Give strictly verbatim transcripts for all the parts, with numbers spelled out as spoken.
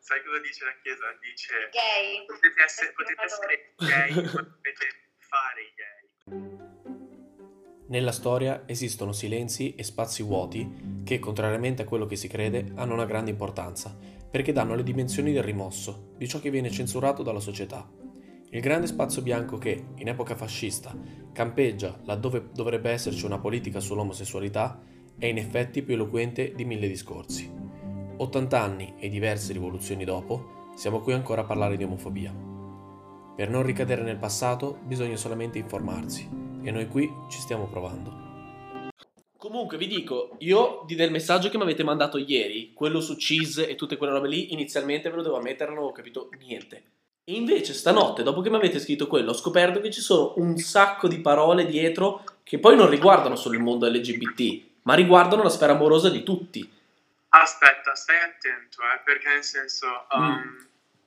sai cosa dice la Chiesa? Dice Gay. potete essere, potete essere gay, ma dovete fare i gay. Nella storia esistono silenzi e spazi vuoti che, contrariamente a quello che si crede, hanno una grande importanza, perché danno le dimensioni del rimosso, di ciò che viene censurato dalla società. Il grande spazio bianco che, in epoca fascista, campeggia laddove dovrebbe esserci una politica sull'omosessualità, è in effetti più eloquente di mille discorsi. ottanta anni e diverse rivoluzioni dopo, siamo qui ancora a parlare di omofobia. Per non ricadere nel passato bisogna solamente informarsi. E noi qui ci stiamo provando. Comunque vi dico, io di del messaggio che mi avete mandato ieri, quello su cheese e tutte quelle robe lì, inizialmente ve lo dovevo mettere, non avevo capito niente. E invece stanotte, dopo che mi avete scritto quello, ho scoperto che ci sono un sacco di parole dietro che poi non riguardano solo il mondo L G B T, ma riguardano la sfera amorosa di tutti. Aspetta, stai attento, eh, perché nel senso um, Mm.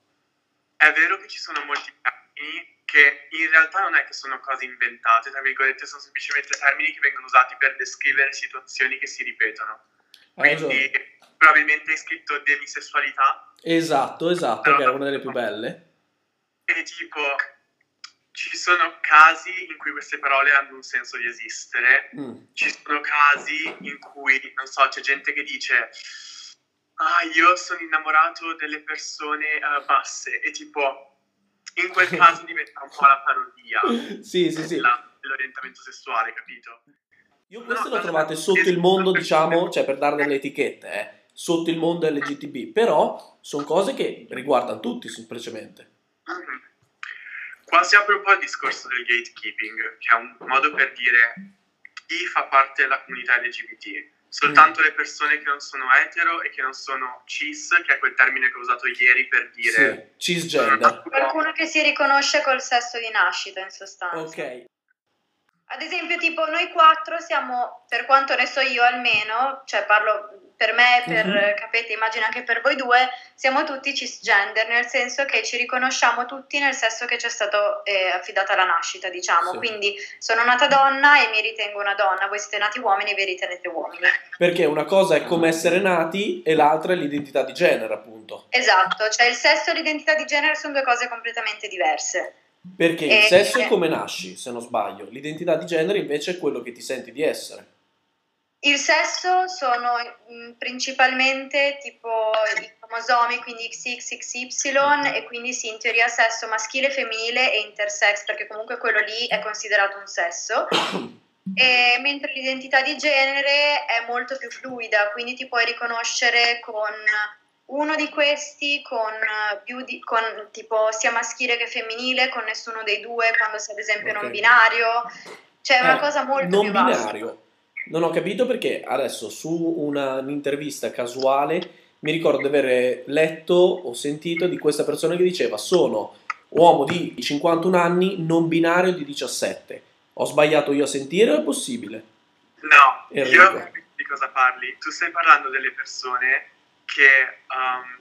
è vero che ci sono molti termini che in realtà non è che sono cose inventate, tra virgolette, sono semplicemente termini che vengono usati per descrivere situazioni che si ripetono. Hai Quindi ragione. probabilmente hai scritto demisessualità Esatto, esatto, Però- che era una delle più belle. e tipo ci sono casi in cui queste parole hanno un senso di esistere. Mm. Ci sono casi in cui, non so, c'è gente che dice ah, io sono innamorato delle persone eh, basse e tipo in quel caso diventa un po' la parodia Sì, sì, sì. della- dell'orientamento sessuale, capito? Io queste No, le ho trovate no, sotto no, il mondo, no, diciamo, cioè per dare delle etichette, eh, sotto il mondo L G T B, però sono cose che riguardano tutti semplicemente. Mhm. Qua si apre un po' il discorso del gatekeeping, che è un modo per dire chi fa parte della comunità L G B T. Soltanto le persone che non sono etero e che non sono cis, che è quel termine che ho usato ieri per dire Sì, cisgender. Qualcuno che si riconosce col sesso di nascita, in sostanza. Ok. Ad esempio, tipo, noi quattro siamo, per quanto ne so io almeno, cioè parlo per me, per Mhm. capite, immagino anche per voi due, siamo tutti cisgender, nel senso che ci riconosciamo tutti nel sesso che ci è stato eh, affidato alla nascita, diciamo. Sì. Quindi sono nata donna e mi ritengo una donna, voi siete nati uomini e vi ritenete uomini. Perché una cosa è come essere nati e l'altra è l'identità di genere, appunto. Esatto, cioè il sesso e l'identità di genere sono due cose completamente diverse. Perché il Eh, sesso è eh. come nasci, se non sbaglio. L'identità di genere invece è quello che ti senti di essere. Il sesso sono mh, principalmente tipo i cromosomi, quindi X X X Y, e quindi sì, in teoria sesso maschile, femminile e intersex, perché comunque quello lì è considerato un sesso. E mentre l'identità di genere è molto più fluida, quindi ti puoi riconoscere con uno di questi, con più di, con tipo sia maschile che femminile, con nessuno dei due, quando sei ad esempio Ok. non binario. Cioè è una Eh, cosa molto non più vasta. binario. Non ho capito perché adesso su una- un'intervista casuale mi ricordo di aver letto o sentito di questa persona che diceva sono uomo di cinquantuno anni, non binario di diciassette. Ho sbagliato io a sentire o è possibile? no, Enrico. io capisco di cosa parli. Tu stai parlando delle persone che um,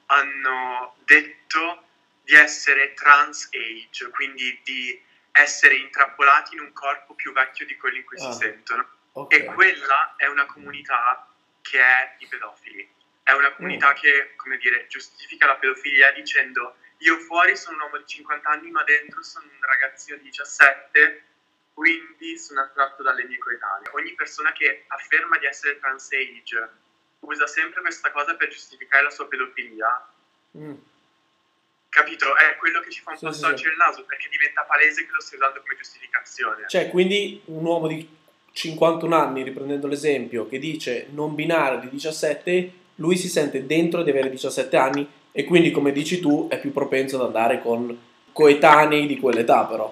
hanno detto di essere trans age, quindi di essere intrappolati in un corpo più vecchio di quello in cui Ah, si sentono. ok. E quella è una comunità che è i pedofili. È una comunità che, come dire, giustifica la pedofilia dicendo io fuori sono un uomo di cinquanta anni, ma dentro sono un ragazzino di diciassette, quindi sono attratto dalle mie coetanee. Ogni persona che afferma di essere trans age usa sempre questa cosa per giustificare la sua pedofilia. Mm. Capito? È quello che ci fa un Sì, po' sì, storcere il naso, perché diventa palese che lo stai usando come giustificazione. Cioè, quindi un uomo di cinquantuno anni, riprendendo l'esempio, che dice non binario di diciassette, lui si sente dentro di avere diciassette anni e quindi, come dici tu, è più propenso ad andare con coetanei di quell'età, però.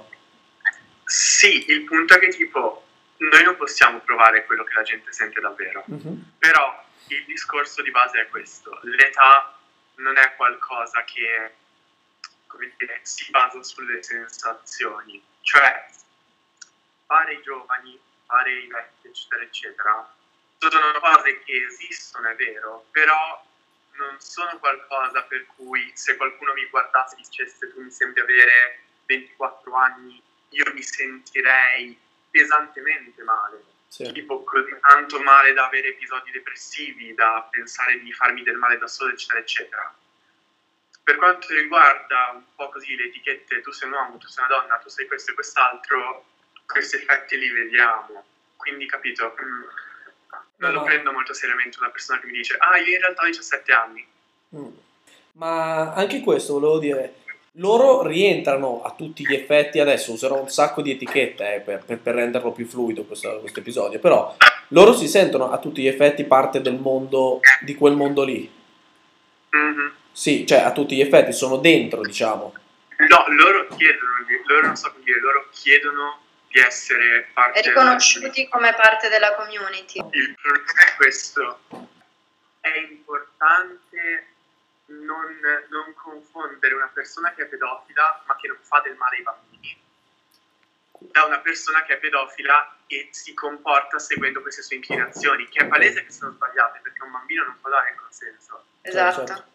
Sì, il punto è che tipo noi non possiamo provare quello che la gente sente davvero. Mhm. Però il discorso di base è questo: l'età non è qualcosa che, come dire, si basa sulle sensazioni. Cioè, fare i giovani, fare i vecchi, eccetera, eccetera, sono cose che esistono, è vero, però non sono qualcosa per cui se qualcuno mi guardasse e dicesse tu mi sembri avere ventiquattro anni, io mi sentirei pesantemente male. Sì. Tipo così tanto male da avere episodi depressivi, da pensare di farmi del male da solo, eccetera, eccetera. per quanto riguarda un po' così le etichette, tu sei un uomo, tu sei una donna, tu sei questo e quest'altro, questi effetti li vediamo. Quindi, capito, mm, non lo Ma- prendo molto seriamente una persona che mi dice ah, io in realtà ho diciassette anni. Mm. Ma anche questo volevo dire, loro rientrano a tutti gli effetti, adesso userò un sacco di etichette eh, per, per- per renderlo più fluido questo, questo episodio, però loro si sentono a tutti gli effetti parte del mondo, di quel mondo lì. Mhm. Sì, cioè a tutti gli effetti sono dentro, diciamo. No, loro chiedono, di- loro non so come dire, loro chiedono di essere parte della Riconosciuti come parte della community. Il problema è questo, è importante non, non confondere una persona che è pedofila ma che non fa del male ai bambini da una persona che è pedofila e si comporta seguendo queste sue inclinazioni, che è palese che sono sbagliate perché un bambino non può dare il consenso. Esatto. certo.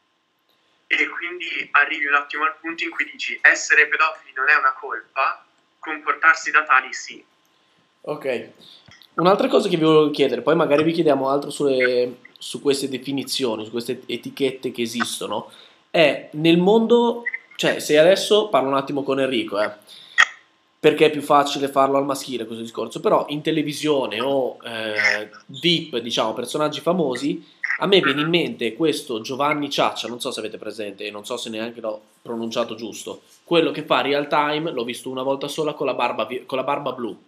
E quindi arrivi un attimo al punto in cui dici essere pedofili non è una colpa, comportarsi da tali sì. Ok. Un'altra cosa che vi volevo chiedere, poi magari vi chiediamo altro sulle, su queste definizioni, su queste etichette che esistono, è nel mondo, cioè se adesso parlo un attimo con Enrico, eh, perché è più facile farlo al maschile questo discorso, però in televisione o eh, V I P, diciamo, personaggi famosi, a me viene in mente questo Giovanni Ciaccia, non so se avete presente, e non so se neanche l'ho pronunciato giusto, quello che fa real time, l'ho visto una volta sola con la barba, vi- con la barba blu.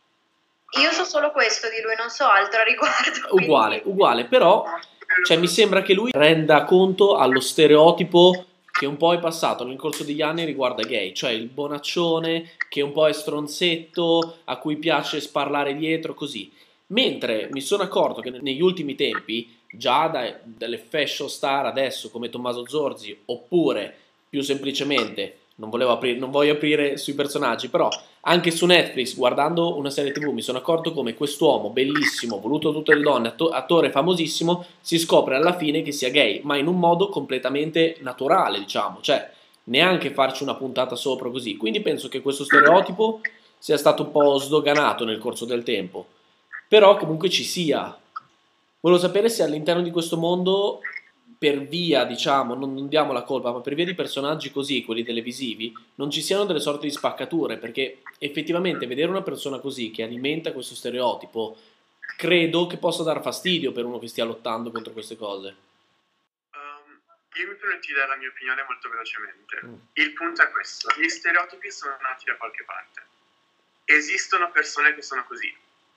Io so solo questo di lui, non so altro a riguardo. quindi- Uguale, uguale, però cioè, mi sembra che lui renda conto allo stereotipo che un po' è passato nel corso degli anni riguardo ai gay, cioè il bonaccione che un po' è stronzetto, a cui piace sparlare dietro, così. Mentre mi sono accorto che negli ultimi tempi, già da, dalle fashion star adesso come Tommaso Zorzi, oppure più semplicemente, non, volevo aprire, non voglio aprire sui personaggi, però anche su Netflix, guardando una serie tivù, mi sono accorto come quest'uomo bellissimo, voluto da tutte le donne, atto- attore famosissimo, si scopre alla fine che sia gay, ma in un modo completamente naturale, diciamo, cioè neanche farci una puntata sopra così. Quindi penso che questo stereotipo sia stato un po' sdoganato nel corso del tempo, però comunque ci sia. Volevo sapere se all'interno di questo mondo, per via, diciamo, non, non diamo la colpa, ma per via di personaggi così, quelli televisivi, non ci siano delle sorte di spaccature, perché effettivamente vedere una persona così che alimenta questo stereotipo, credo che possa dar fastidio per uno che stia lottando contro queste cose. Um, io mi permetto di dare la mia opinione molto velocemente. Mm. Il punto è questo, gli stereotipi sono nati da qualche parte. Esistono persone che sono così.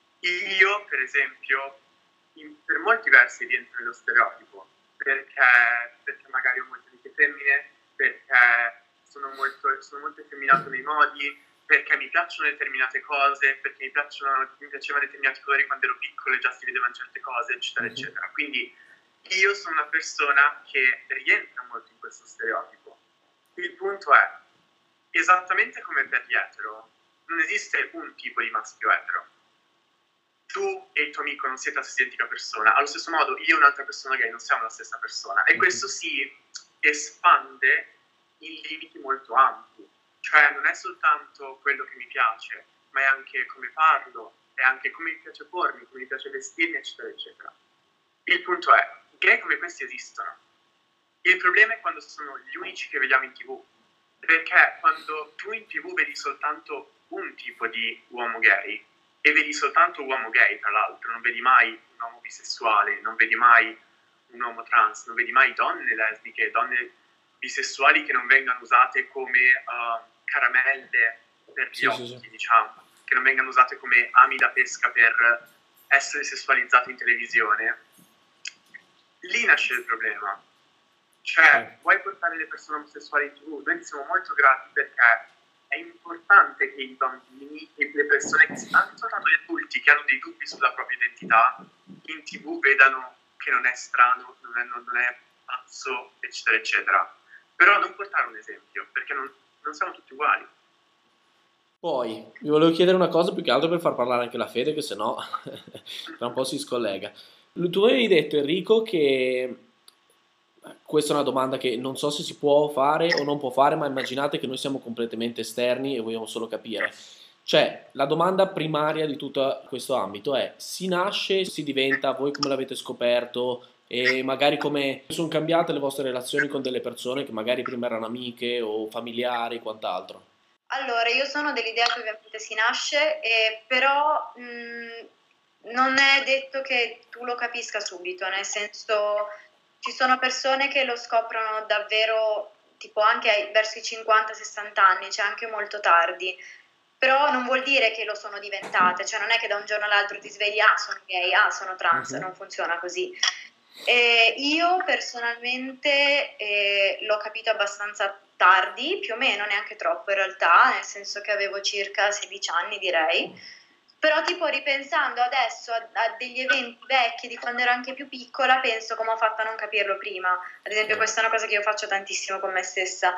Io, per esempio, in- per molti versi rientro nello stereotipo, perché, perché magari ho molte amiche femmine, perché sono molto, sono molto effeminato nei modi, perché mi piacciono determinate cose, perché mi, piacciono, mi piacevano determinati colori quando ero piccolo e già si vedevano certe cose, eccetera, Mhm. eccetera. Quindi io sono una persona che rientra molto in questo stereotipo. Il punto è, esattamente come per gli etero, non esiste un tipo di maschio etero. Tu e il tuo amico non siete la stessa identica persona, allo stesso modo io e un'altra persona gay non siamo la stessa persona, e questo si espande in limiti molto ampi, cioè non è soltanto quello che mi piace, ma è anche come parlo, è anche come mi piace pormi, come mi piace vestirmi, eccetera, eccetera. Il punto è, gay come questi esistono. Il problema è quando sono gli unici che vediamo in tv, perché quando tu in tv vedi soltanto un tipo di uomo gay, e vedi soltanto un uomo gay, tra l'altro, non vedi mai un uomo bisessuale, non vedi mai un uomo trans, non vedi mai donne lesbiche, donne bisessuali che non vengano usate come uh, caramelle per gli Sì, occhi, sì, sì. diciamo, che non vengano usate come ami da pesca per essere sessualizzate in televisione. Lì nasce il problema. Cioè, vuoi portare le persone omosessuali in tv? Noi siamo molto grati perché è importante che i bambini e le persone, che si, anche soltanto gli adulti che hanno dei dubbi sulla propria identità, in tv vedano che non è strano, non è, non è pazzo, eccetera, eccetera. Però non portare un esempio, perché non, non siamo tutti uguali. Poi, vi volevo chiedere una cosa più che altro per far parlare anche la Fede, che sennò tra un po' si scollega. Tu avevi detto, Enrico, che questa è una domanda che non so se si può fare o non può fare, ma immaginate che noi siamo completamente esterni e vogliamo solo capire. Cioè, la domanda primaria di tutto questo ambito è: si nasce, si diventa, voi come l'avete scoperto, E magari come sono cambiate le vostre relazioni con delle persone che magari prima erano amiche o familiari, quant'altro? Allora, io sono dell'idea che ovviamente si nasce, e però mh, non è detto che tu lo capisca subito, nel senso ci sono persone che lo scoprono davvero tipo anche ai- verso i cinquanta sessanta anni, cioè anche molto tardi, però non vuol dire che lo sono diventate, cioè non è che da un giorno all'altro ti svegli, ah sono gay, ah sono trans, Mhm. non funziona così. E io personalmente eh, l'ho capito abbastanza tardi, più o meno, neanche troppo in realtà, nel senso che avevo circa sedici anni direi, però tipo ripensando adesso a, a degli eventi vecchi di quando ero anche più piccola, penso come ho fatto a non capirlo prima. Ad esempio questa è una cosa che io faccio tantissimo con me stessa.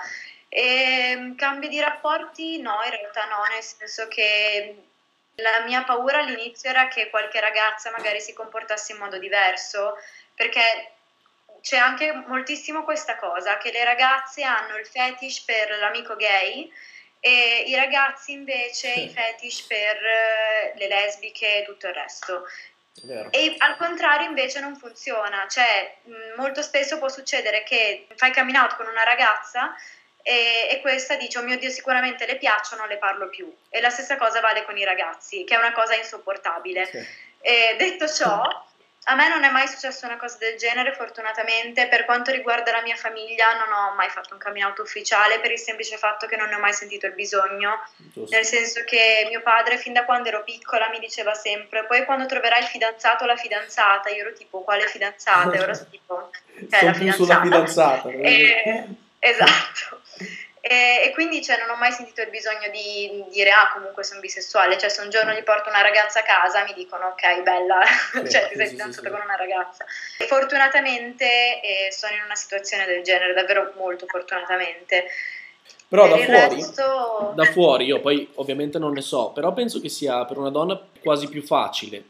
E, cambi di rapporti? No, in realtà no, nel senso che la mia paura all'inizio era che qualche ragazza magari si comportasse in modo diverso, perché c'è anche moltissimo questa cosa, che le ragazze hanno il fetish per l'amico gay e i ragazzi invece i fetish per eh, le lesbiche e tutto il resto. Vero. E al contrario invece non funziona, cioè mh, molto spesso può succedere che fai coming out con una ragazza e, e questa dice oh mio Dio sicuramente le piaccio, non le parlo più, e la stessa cosa vale con i ragazzi, che è una cosa insopportabile. Sì. E detto ciò, a me non è mai successa una cosa del genere, fortunatamente. Per quanto riguarda la mia famiglia, non ho mai fatto un coming out ufficiale per il semplice fatto che non ne ho mai sentito il bisogno. Giusto. Nel senso che mio padre, fin da quando ero piccola, mi diceva sempre: poi quando troverai il fidanzato o la fidanzata, io ero tipo: quale fidanzata? E ora sono tipo: cioè, Sono la più sulla fidanzata. fidanzata. E- esatto. E, e quindi cioè, non ho mai sentito il bisogno di dire ah comunque sono bisessuale, cioè se un giorno gli porto una ragazza a casa mi dicono ok bella, Sì, cioè ti sì, sei sì, fidanzata sì, sì. con una ragazza. E fortunatamente eh, sono in una situazione del genere, davvero molto fortunatamente. Però Per da il fuori, resto da fuori, io poi ovviamente non ne so, però penso che sia per una donna quasi più facile.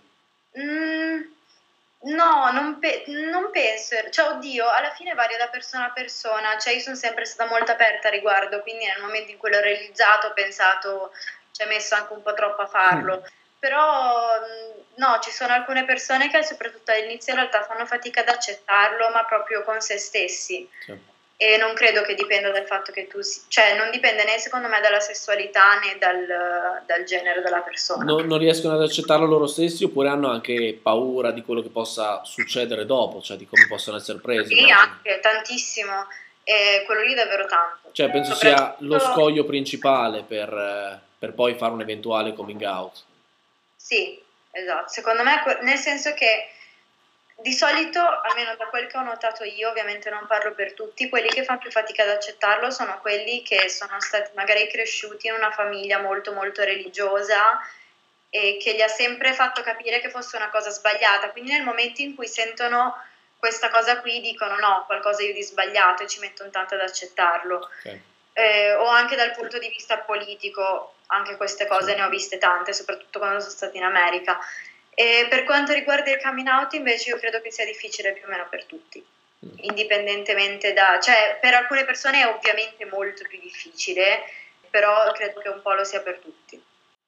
mm, no, non, pe- non penso, cioè oddio, alla fine varia da persona a persona, cioè io sono sempre stata molto aperta a riguardo, quindi nel momento in cui l'ho realizzato ho pensato, ci ho messo anche un po' troppo a farlo, però mh, no, ci sono alcune persone che soprattutto all'inizio in realtà fanno fatica ad accettarlo, ma proprio con se stessi. Sì. E non credo che dipenda dal fatto che tu, si- cioè non dipende né secondo me dalla sessualità né dal, dal genere della persona. Non, non riescono ad accettarlo loro stessi oppure hanno anche paura di quello che possa succedere dopo, cioè di come possono essere presi, Sì, immagino. anche tantissimo, e quello lì davvero tanto. Cioè penso sia lo Soprattutto, scoglio principale per, eh, per poi fare un eventuale coming out. sì, esatto, secondo me, que- nel senso che di solito, almeno da quel che ho notato io, ovviamente non parlo per tutti, quelli che fanno più fatica ad accettarlo sono quelli che sono stati magari cresciuti in una famiglia molto molto religiosa e che gli ha sempre fatto capire che fosse una cosa sbagliata, quindi nel momento in cui sentono questa cosa qui dicono no, qualcosa io di sbagliato e ci mettono tanto ad accettarlo. Ok. Eh, o anche dal punto di vista politico, anche queste cose Sì. ne ho viste tante, soprattutto quando sono stata in America. E per quanto riguarda il coming out invece io credo che sia difficile più o meno per tutti, Mm. indipendentemente da, cioè per alcune persone è ovviamente molto più difficile, però credo che un po' lo sia per tutti.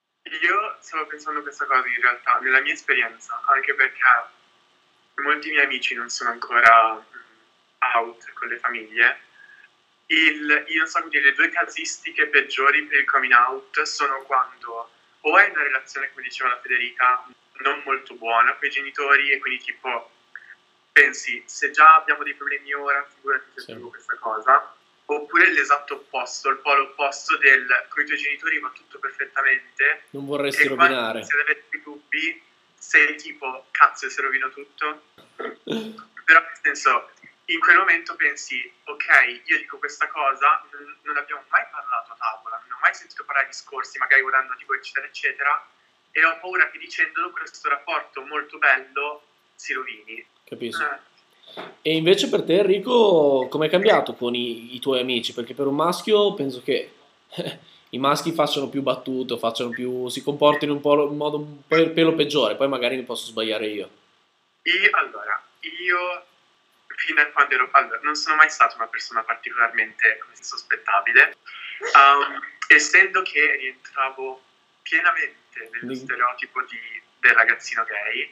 Io stavo pensando questa cosa in realtà, nella mia esperienza, anche perché molti miei amici non sono ancora mm, out con le famiglie. Il, io non so come dire, le due casistiche peggiori per il coming out sono quando o hai una relazione, come diceva la Federica, non molto buona con i genitori e quindi tipo pensi se già abbiamo dei problemi ora, figurati se Sì. aggiungo questa cosa, oppure l'esatto opposto, il polo opposto del con i tuoi genitori va tutto perfettamente Non vorresti e quando rovinare. inizi ad avere più dubbi sei tipo cazzo e se rovino tutto. Però nel senso in quel momento pensi ok, io dico questa cosa, non, non abbiamo mai parlato a tavola, non ho mai sentito parlare di discorsi magari guardando tipo eccetera eccetera e ho paura che dicendolo questo rapporto molto bello si rovini. Capisco. Eh. E invece per te Enrico, com'è cambiato con i, i tuoi amici? Perché per un maschio penso che i maschi facciano più battute, facciano più, si comportino un po' in modo un po' pelo peggiore, poi magari mi posso sbagliare io. Io, allora, io fino a quando ero, allora, non sono mai stata una persona particolarmente come si, sospettabile, um, essendo che rientravo pienamente nello Di- stereotipo di, del ragazzino gay,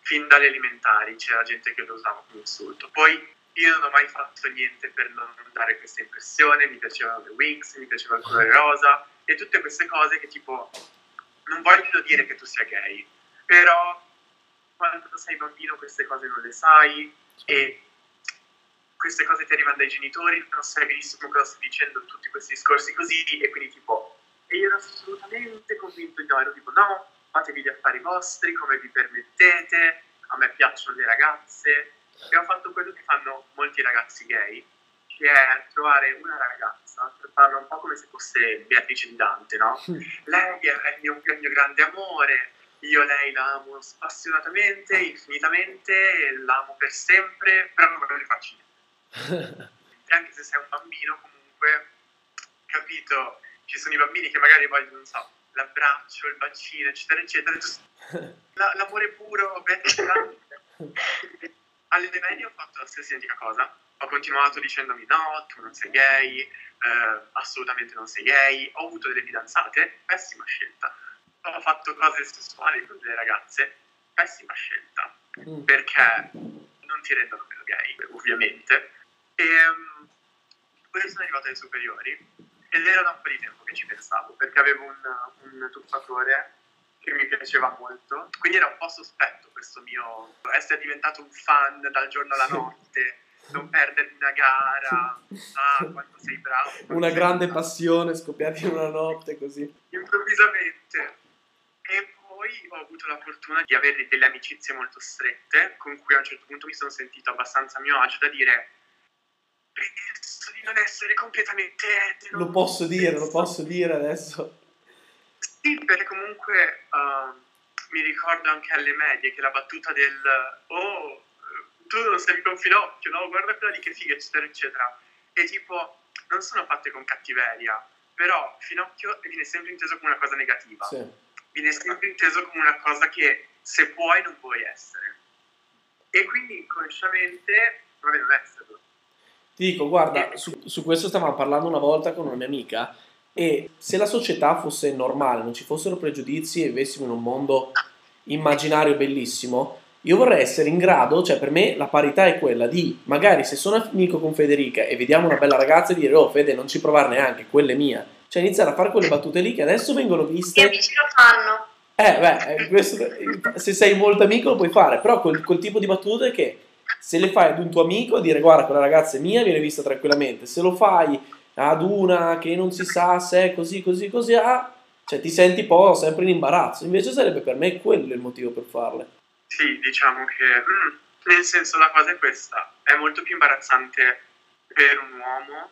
fin dalle elementari c'era gente che lo usava come insulto. Poi io non ho mai fatto niente per non dare questa impressione, mi piacevano le Wings, mi piaceva il colore rosa e tutte queste cose che tipo, non voglio dire che tu sia gay, però quando sei bambino queste cose non le sai e queste cose ti arrivano dai genitori, non sai benissimo cosa stai dicendo, tutti questi discorsi così, e quindi tipo, e io ero assolutamente convinto di no, ero tipo no, fatevi gli affari vostri come vi permettete, a me piacciono le ragazze, e ho fatto quello che fanno molti ragazzi gay, che è trovare una ragazza, per farla un po' come se fosse Beatrice di Dante, no? Lei è il mio, il mio grande amore, io lei la amo spassionatamente, infinitamente, l'amo per sempre, però non le faccio niente. E anche se sei un bambino, comunque, capito, ci sono i bambini che magari vogliono, non so, l'abbraccio, il bacino, eccetera, eccetera. La, l'amore puro, bene, alle medie ho fatto la stessa identica cosa. Ho continuato dicendomi no, tu non sei gay, eh, assolutamente non sei gay. Ho avuto delle fidanzate, pessima scelta. Ho fatto cose sessuali con delle ragazze, pessima scelta, mm. perché non ti rendono meno gay, ovviamente. E um, poi sono arrivato ai superiori ed era da un po' di tempo che ci pensavo, perché avevo un, un tuffatore che mi piaceva molto, quindi era un po' sospetto questo mio essere diventato un fan dal giorno alla notte, non perdermi una gara, ah, quando sei bravo. Quando una sei grande bravo. passione scoppiata in una notte così. Improvvisamente. E poi ho avuto la fortuna di avere delle amicizie molto strette, con cui a un certo punto mi sono sentito abbastanza a mio agio da dire penso di non essere completamente etero. Lo posso dire, lo posso dire adesso. Sì, perché comunque uh, mi ricordo anche alle medie che la battuta del oh, tu non sei con Finocchio, no? Guarda quella lì che figa, eccetera, eccetera. E tipo, non sono fatte con cattiveria, però Finocchio viene sempre inteso come una cosa negativa. Sì. Viene sempre inteso come una cosa che se puoi non puoi essere. E quindi inconsciamente provi a non esserlo. Ti dico, guarda, su, su questo stavamo parlando una volta con una mia amica, e se la società fosse normale, non ci fossero pregiudizi e vivessimo in un mondo immaginario bellissimo, io vorrei essere in grado, cioè per me la parità è quella di, magari se sono amico con Federica e vediamo una bella ragazza, dire oh Fede non ci provare neanche, quella è mia, cioè iniziare a fare quelle battute lì che adesso vengono viste. Gli amici lo fanno. Eh beh, questo, se sei molto amico lo puoi fare, però quel, quel tipo di battute che se le fai ad un tuo amico dire guarda quella ragazza è mia, viene vista tranquillamente, se lo fai ad una che non si sa se è così così così ah, cioè ti senti un po' sempre in imbarazzo, invece sarebbe per me quello il motivo per farle. Sì, diciamo che mm, nel senso la cosa è questa, è molto più imbarazzante per un uomo.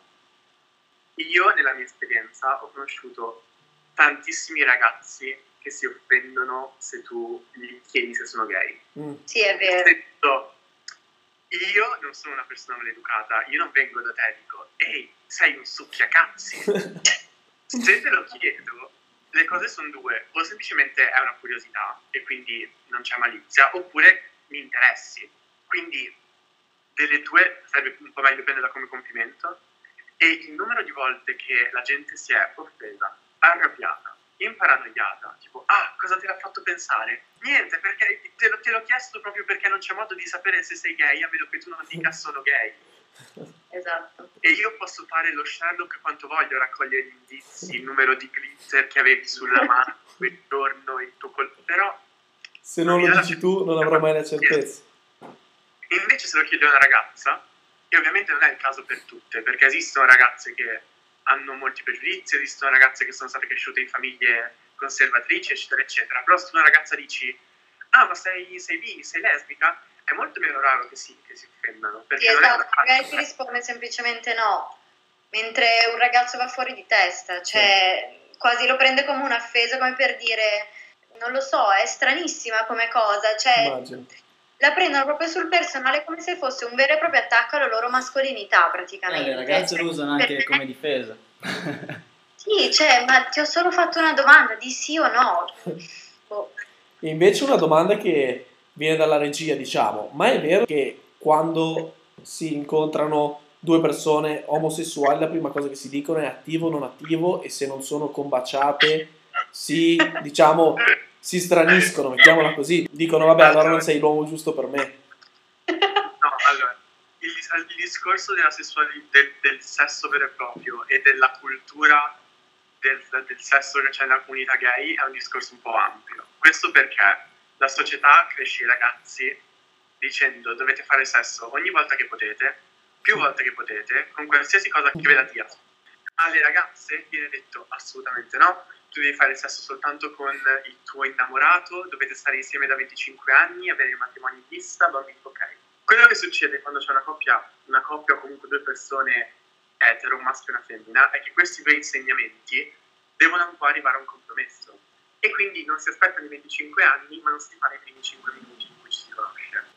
Io nella mia esperienza ho conosciuto tantissimi ragazzi che si offendono se tu gli chiedi se sono gay. Mm. Sì, è vero. Sento, io non sono una persona maleducata, io non vengo da te e dico ehi, sei un succhiacazzi. Se te lo chiedo, le cose sono due, o semplicemente è una curiosità e quindi non c'è malizia, oppure mi interessi. Quindi delle due sarebbe un po' meglio prenderla come complimento. E il numero di volte che la gente si è offesa, arrabbiata, imparanoiata, tipo ah, cosa te l'ha fatto pensare? Niente, perché te, lo, te l'ho chiesto proprio perché non c'è modo di sapere se sei gay, a meno che tu non dica sono gay. Esatto. E io posso fare lo Sherlock quanto voglio, raccogliere gli indizi, il numero di glitter che avevi sulla mano quel giorno, il tuo colpo, però se non lo dici tu non avrai mai la certezza. E invece se lo chiede una ragazza, e ovviamente non è il caso per tutte, perché esistono ragazze che hanno molti pregiudizi, esistono ragazze che sono state cresciute in famiglie conservatrici, eccetera, eccetera, però se una ragazza dici ah, ma sei, sei bi, sei lesbica, è molto meno raro che si, che si offendano. Perché sì, non esatto, è una magari ti risponde semplicemente no, mentre un ragazzo va fuori di testa, cioè sì. Quasi lo prende come un'offesa, come per dire, non lo so, è stranissima come cosa, cioè Immagino. La prendono proprio sul personale come se fosse un vero e proprio attacco alla loro mascolinità praticamente. Eh, le ragazze cioè, lo usano anche perché... come difesa. Sì, cioè, ma ti ho solo fatto una domanda, di sì o no? Oh. Invece una domanda che viene dalla regia, diciamo, ma è vero che quando si incontrano due persone omosessuali la prima cosa che si dicono è attivo o non attivo, e se non sono combaciate si, diciamo, si straniscono, mettiamola così, dicono vabbè allora non sei l'uomo giusto per me. No, allora, il, il discorso della sessualità, del, del sesso vero e proprio e della cultura del, del sesso che c'è nella comunità gay è un discorso un po' ampio. Questo perché la società cresce i ragazzi dicendo dovete fare sesso ogni volta che potete, più volte che potete, con qualsiasi cosa che ve la dia. Alle ragazze viene detto assolutamente no, tu devi fare sesso soltanto con il tuo innamorato, dovete stare insieme da venticinque anni, avere il matrimonio in vista, bambini, ok. Quello che succede quando c'è una coppia, una coppia o comunque due persone etero, un maschio e una femmina, è che questi due insegnamenti devono un po' arrivare a un compromesso. E quindi non si aspettano i venticinque anni, ma non si fa nei primi cinque minuti in cui ci si conosce.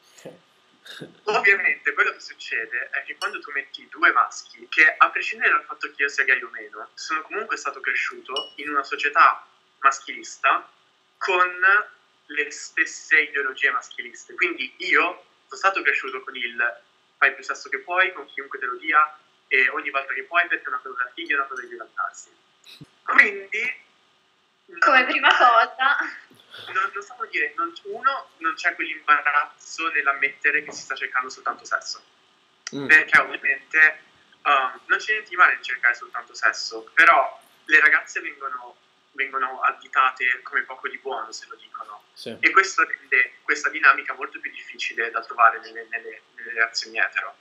Ovviamente quello che succede è che quando tu metti due maschi, che a prescindere dal fatto che io sia gay o meno, sono comunque stato cresciuto in una società maschilista con le stesse ideologie maschiliste. Quindi io sono stato cresciuto con il fai più sesso che puoi, con chiunque te lo dia, e ogni volta che puoi, perché è una cosa da figlia, è una cosa di vantarsi. Quindi... Come prima cosa... Non, non so come dire, non, uno, non c'è quell'imbarazzo nell'ammettere che si sta cercando soltanto sesso. Mm. Perché ovviamente um, non c'è niente di male nel cercare soltanto sesso, però le ragazze vengono, vengono additate come poco di buono, se lo dicono. Sì. E questo rende questa dinamica molto più difficile da trovare nelle, nelle, nelle relazioni etero.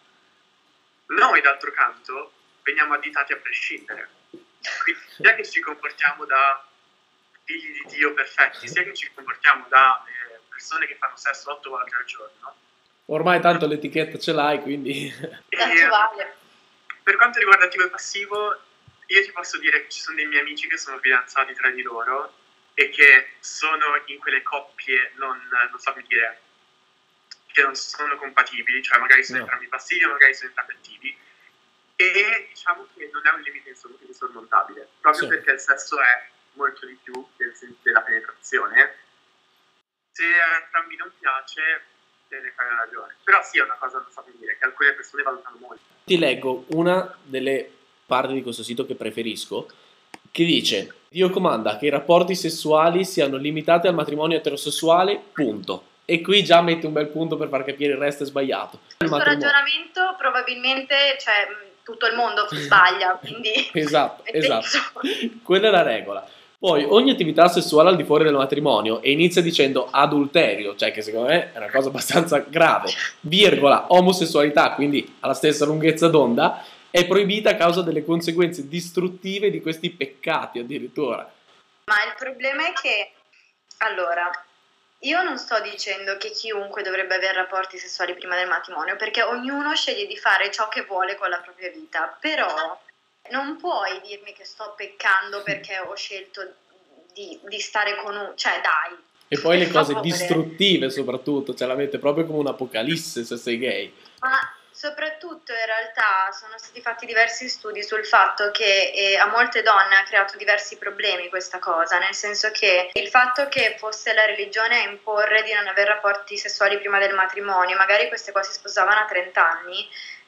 Noi, d'altro canto, veniamo additati a prescindere. Quindi, sia che ci comportiamo da figli di Dio perfetti, sia che ci comportiamo da eh, persone che fanno sesso otto volte al giorno. Ormai tanto l'etichetta ce l'hai, quindi... E, vale. Per quanto riguarda attivo e passivo, io ti posso dire che ci sono dei miei amici che sono fidanzati tra di loro e che sono in quelle coppie non, non so come dire, che non sono compatibili, cioè magari sono no. entrambi passivi o magari sono entrambi attivi, e diciamo che non è un limite insormontabile, proprio sì. perché il sesso è molto di più del, della penetrazione. Se a entrambi non piace, te ne fai una ragione. Però sì, è una cosa, non so come dire, che alcune persone valutano molto. Ti leggo una delle parti di questo sito che preferisco, che dice: Dio comanda che i rapporti sessuali siano limitati al matrimonio eterosessuale, punto. E qui già metti un bel punto per far capire il resto è sbagliato. Il questo matrimonio... ragionamento probabilmente, cioè, tutto il mondo sbaglia, quindi... esatto, esatto. Quella è la regola. Poi ogni attività sessuale al di fuori del matrimonio, e inizia dicendo adulterio, cioè che secondo me è una cosa abbastanza grave, virgola, omosessualità, quindi alla stessa lunghezza d'onda, è proibita a causa delle conseguenze distruttive di questi peccati addirittura. Ma il problema è che, allora, io non sto dicendo che chiunque dovrebbe avere rapporti sessuali prima del matrimonio, perché ognuno sceglie di fare ciò che vuole con la propria vita, però... non puoi dirmi che sto peccando perché ho scelto di, di stare con un... cioè dai. E poi le cose distruttive soprattutto, cioè la mette proprio come un'apocalisse se sei gay. Ma soprattutto in realtà sono stati fatti diversi studi sul fatto che eh, a molte donne ha creato diversi problemi questa cosa, nel senso che il fatto che fosse la religione a imporre di non avere rapporti sessuali prima del matrimonio, magari queste qua si sposavano a trenta anni,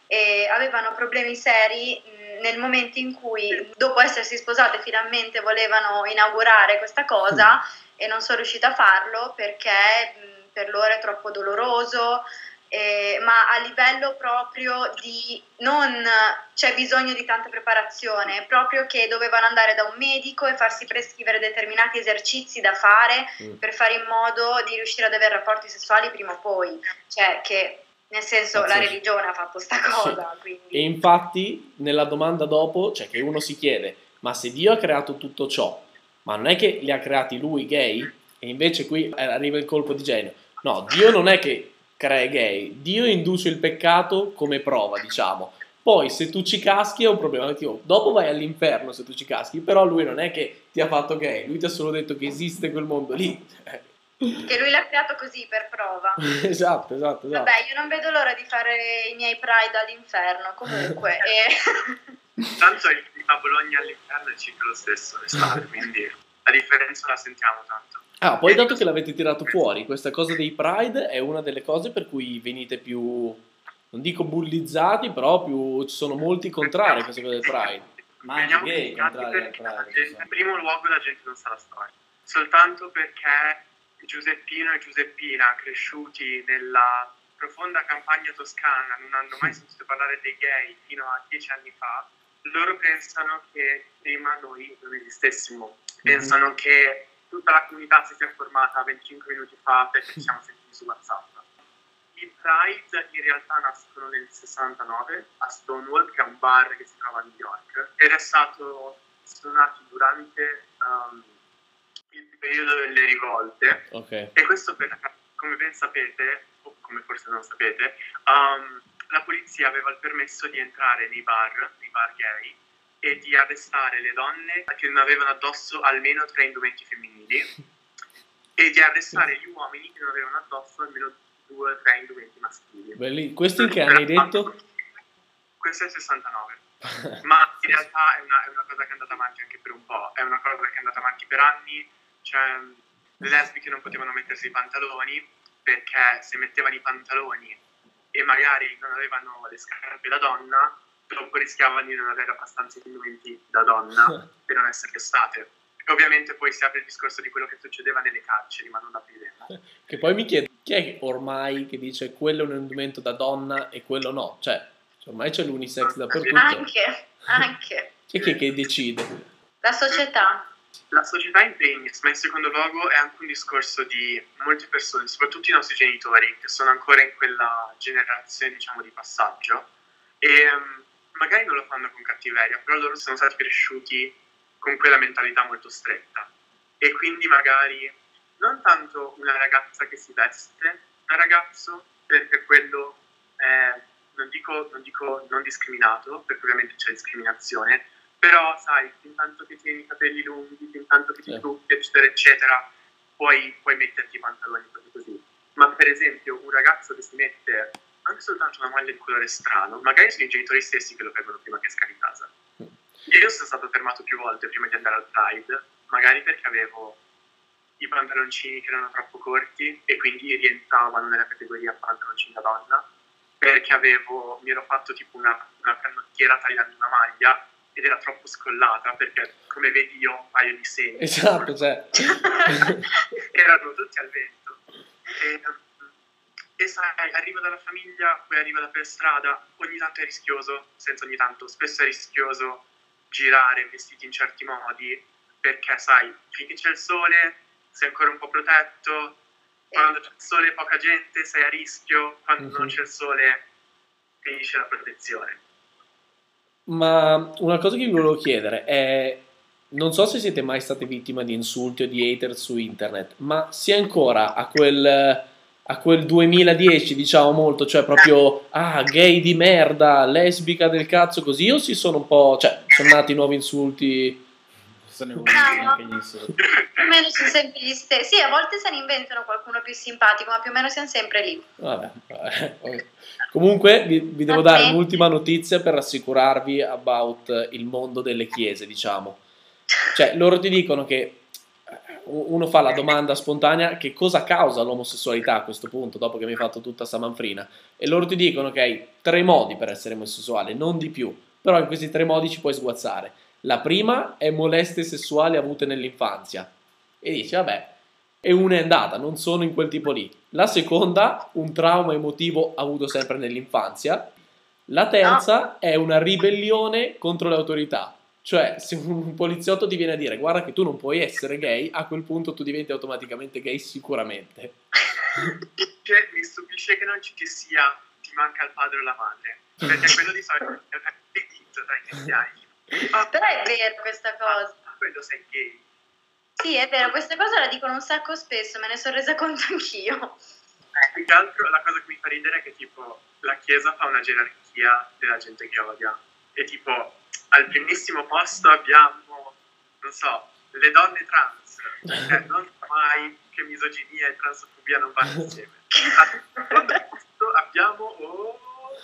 e avevano problemi seri nel momento in cui, dopo essersi sposate, finalmente volevano inaugurare questa cosa e non sono riuscite a farlo perché mh, per loro è troppo doloroso, eh, ma a livello proprio di non c'è bisogno di tanta preparazione, proprio che dovevano andare da un medico e farsi prescrivere determinati esercizi da fare mm. per fare in modo di riuscire ad avere rapporti sessuali prima o poi, cioè che... nel senso, la religione ha fatto sta cosa. Quindi. E infatti, nella domanda dopo, cioè che uno si chiede, ma se Dio ha creato tutto ciò, ma non è che li ha creati lui gay? E invece qui arriva il colpo di genio. No, Dio non è che crea gay, Dio induce il peccato come prova, diciamo. Poi, se tu ci caschi è un problema, tipo, dopo vai all'inferno se tu ci caschi, però lui non è che ti ha fatto gay, lui ti ha solo detto che esiste quel mondo lì. Che lui l'ha creato così per prova. esatto, esatto, esatto. Vabbè, io non vedo l'ora di fare i miei Pride all'inferno, comunque. e... Tanto il a Bologna all'inferno è circa lo stesso l'estate, quindi la differenza la sentiamo tanto. Ah, poi dato che l'avete tirato fuori, questa cosa dei Pride è una delle cose per cui venite più, non dico bullizzati, però più ci sono molti contrari a questa cosa del Pride. Ma anche gay contrari al Pride. In primo luogo la gente non sa la storia, soltanto perché Giuseppino e Giuseppina, cresciuti nella profonda campagna toscana, non hanno mai sentito parlare dei gay fino a dieci anni fa, loro pensano che prima noi non esistessimo, pensano mm-hmm. che tutta la comunità si sia formata venticinque minuti fa perché ci siamo sentiti su WhatsApp. I Pride in realtà nascono nel sessantanove a Stonewall, che è un bar che si trova a New York, ed è stato suonato durante um, il periodo delle rivolte. Okay. E questo perché, come ben sapete, o come forse non sapete, um, la polizia aveva il permesso di entrare nei bar, nei bar gay, e di arrestare le donne che non avevano addosso almeno tre indumenti femminili e di arrestare gli uomini che non avevano addosso almeno due o tre indumenti maschili. Belli. Questo in che anni hai detto? Questo è il sessantanove. Ma in realtà è una, è una cosa che è andata avanti anche per un po', è una cosa che è andata avanti per anni, cioè le lesbiche non potevano mettersi i pantaloni perché se mettevano i pantaloni e magari non avevano le scarpe da donna, dopo rischiavano di non avere abbastanza indumenti da donna per non essere arrestate. E ovviamente poi si apre il discorso di quello che succedeva nelle carceri, ma non apriremo. Che poi mi chiedo, chi è ormai che dice quello è un indumento da donna e quello no? Cioè, ormai c'è l'unisex dappertutto. Anche, anche. Chi è che, che decide? La società. La società in primis, ma in secondo luogo è anche un discorso di molte persone, soprattutto i nostri genitori, che sono ancora in quella generazione, diciamo, di passaggio, e um, magari non lo fanno con cattiveria, però loro sono stati cresciuti con quella mentalità molto stretta. E quindi magari non tanto una ragazza che si veste, un ragazzo, perché quello è, non dico, non dico non discriminato, perché ovviamente c'è discriminazione, però sai, fin tanto che tieni i capelli lunghi, fin tanto che ti trucchi, eccetera, eccetera, puoi, puoi metterti i pantaloni così. Ma per esempio un ragazzo che si mette anche soltanto una maglia di colore strano, magari sono i genitori stessi che lo fermano prima che esca di casa. Io sono stato fermato più volte prima di andare al Pride, magari perché avevo i pantaloncini che erano troppo corti e quindi rientravano nella categoria pantaloncini da donna, perché avevo, mi ero fatto tipo una, una canottiera tagliando una maglia ed era troppo scollata, perché come vedi io ho un paio di segni. Esatto, cioè. Erano tutti al vento. E, e sai, arrivo dalla famiglia, poi arrivo da per strada, ogni tanto è rischioso, senza ogni tanto, spesso è rischioso girare vestiti in certi modi, perché sai, finché c'è il sole sei ancora un po' protetto, quando c'è il sole poca gente sei a rischio, quando uh-huh. non c'è il sole finisce la protezione. Ma una cosa che vi volevo chiedere è, non so se siete mai state vittima di insulti o di hater su internet, ma si è ancora a quel, a quel duemiladieci, diciamo molto, cioè proprio, ah, gay di merda, lesbica del cazzo, così, o si sono un po', cioè, sono nati nuovi insulti? Sono evoluti anche gli insulti. Più o meno sono sempre gli stessi. Sì, a volte se ne inventano qualcuno più simpatico, ma più o meno siamo sempre lì. Vabbè, vabbè. Comunque vi, vi devo dare un'ultima notizia per rassicurarvi about il mondo delle chiese, diciamo. Cioè, loro ti dicono che uno fa la domanda spontanea: che cosa causa l'omosessualità a questo punto, dopo che mi hai fatto tutta sta manfrina, e loro ti dicono che hai tre modi per essere omosessuale, non di più, però in questi tre modi ci puoi sguazzare. La prima è molestie sessuali avute nell'infanzia, e dici vabbè, e una è andata, non sono in quel tipo lì. La seconda, un trauma emotivo avuto sempre nell'infanzia. La terza è una ribellione contro le autorità. Cioè, se un poliziotto ti viene a dire guarda che tu non puoi essere gay, a quel punto tu diventi automaticamente gay sicuramente. Cioè, mi stupisce che non ci sia ti manca il padre o la madre, perché quello di solito è un delitto tra i cristiani. Ah, però è vero questa cosa. Ah, quello sei gay. Sì, è vero, questa cosa la dicono un sacco spesso, me ne sono resa conto anch'io. Eh, più che altro la cosa che mi fa ridere è che tipo la Chiesa fa una gerarchia della gente che odia. E tipo al primissimo posto abbiamo, non so, le donne trans. Cioè, non so mai che misoginia e transfobia non vanno insieme. Al secondo posto abbiamo... Oh,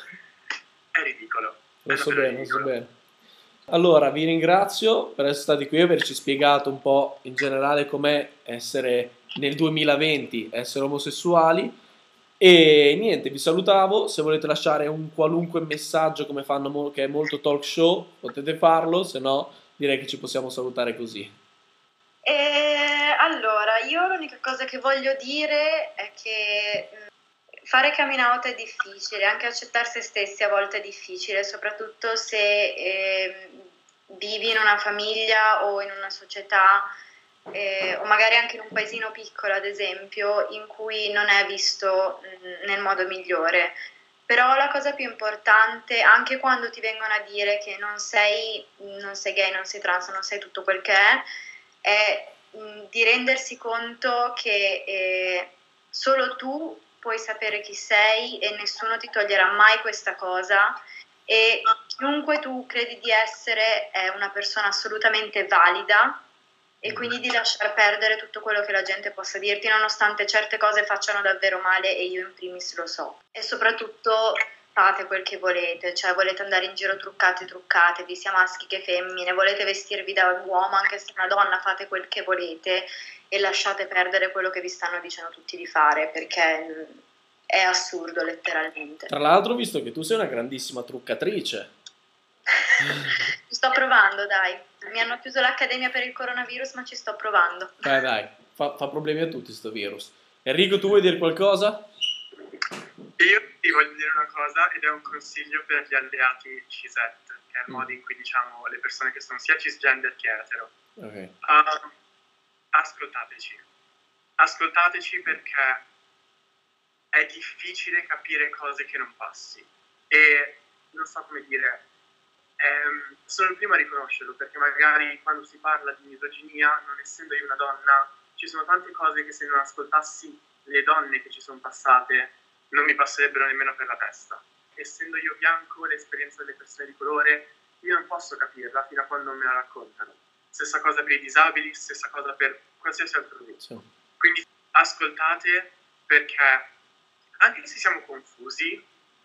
è ridicolo. Lo so bene, lo so bene. Allora, vi ringrazio per essere stati qui e averci spiegato un po' in generale com'è essere nel duemilaventi, essere omosessuali. E niente, vi salutavo. Se volete lasciare un qualunque messaggio come fanno, che è molto talk show, potete farlo, se no direi che ci possiamo salutare così. E allora, io l'unica cosa che voglio dire è che mh, fare coming out è difficile, anche accettare se stessi a volte è difficile, soprattutto se eh, vivi in una famiglia o in una società eh, o magari anche in un paesino piccolo, ad esempio, in cui non è visto mh, nel modo migliore. Però la cosa più importante, anche quando ti vengono a dire che non sei, non sei gay, non sei trans, non sei tutto quel che è, è mh, di rendersi conto che eh, solo tu puoi sapere chi sei e nessuno ti toglierà mai questa cosa, e chiunque tu credi di essere è una persona assolutamente valida, e quindi di lasciar perdere tutto quello che la gente possa dirti, nonostante certe cose facciano davvero male, e io in primis lo so. E soprattutto fate quel che volete, cioè volete andare in giro truccate truccatevi, sia maschi che femmine, volete vestirvi da uomo anche se una donna, fate quel che volete e lasciate perdere quello che vi stanno dicendo tutti di fare, perché è assurdo letteralmente. Tra l'altro, visto che tu sei una grandissima truccatrice. Ci sto provando, dai. Mi hanno chiuso l'accademia per il coronavirus, ma ci sto provando. Dai, dai, fa, fa problemi a tutti sto virus. Enrico, tu vuoi dire qualcosa? Io ti voglio dire una cosa, ed è un consiglio per gli alleati cishet, che è il Mm. modo in cui diciamo le persone che sono sia cisgender che etero. Ok. Uh, ascoltateci. Ascoltateci perché è difficile capire cose che non passi. E non so come dire, ehm, sono il primo a riconoscerlo, perché magari quando si parla di misoginia, non essendo io una donna, ci sono tante cose che se non ascoltassi le donne che ci sono passate non mi passerebbero nemmeno per la testa. Essendo io bianco, l'esperienza delle persone di colore, io non posso capirla fino a quando non me la raccontano. Stessa cosa per i disabili, stessa cosa per qualsiasi altro gruppo. Sì. Quindi ascoltate, perché anche se siamo confusi,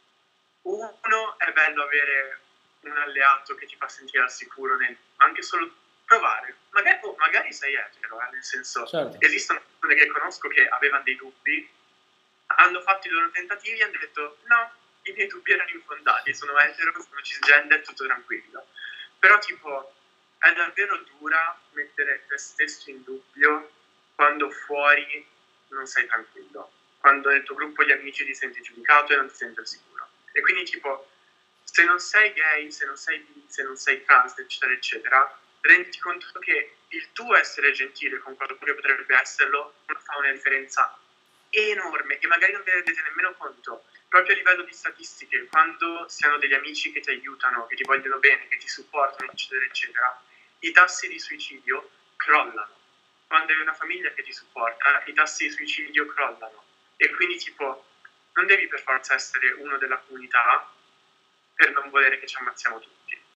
uno, è bello avere un alleato che ti fa sentire al sicuro nel anche solo provare. Magari, oh, magari sei etero, eh, nel senso, Certo. esistono persone che conosco che avevano dei dubbi, hanno fatto i loro tentativi e hanno detto no, i miei dubbi erano infondati, sono etero, sono cisgender, tutto tranquillo. Però tipo, è davvero dura mettere te stesso in dubbio quando fuori non sei tranquillo, quando nel tuo gruppo di amici ti senti giudicato e non ti senti al sicuro. E quindi tipo, se non sei gay, se non sei bi, se non sei trans, eccetera, eccetera, renditi conto che il tuo essere gentile con qualcuno che potrebbe esserlo fa una differenza enorme, e magari non vi rendete nemmeno conto. Proprio a livello di statistiche, quando si hanno degli amici che ti aiutano, che ti vogliono bene, che ti supportano, eccetera, eccetera, i tassi di suicidio crollano. Quando hai una famiglia che ti supporta, i tassi di suicidio crollano. E quindi tipo, non devi per forza essere uno della comunità per non volere che ci ammazziamo tutti.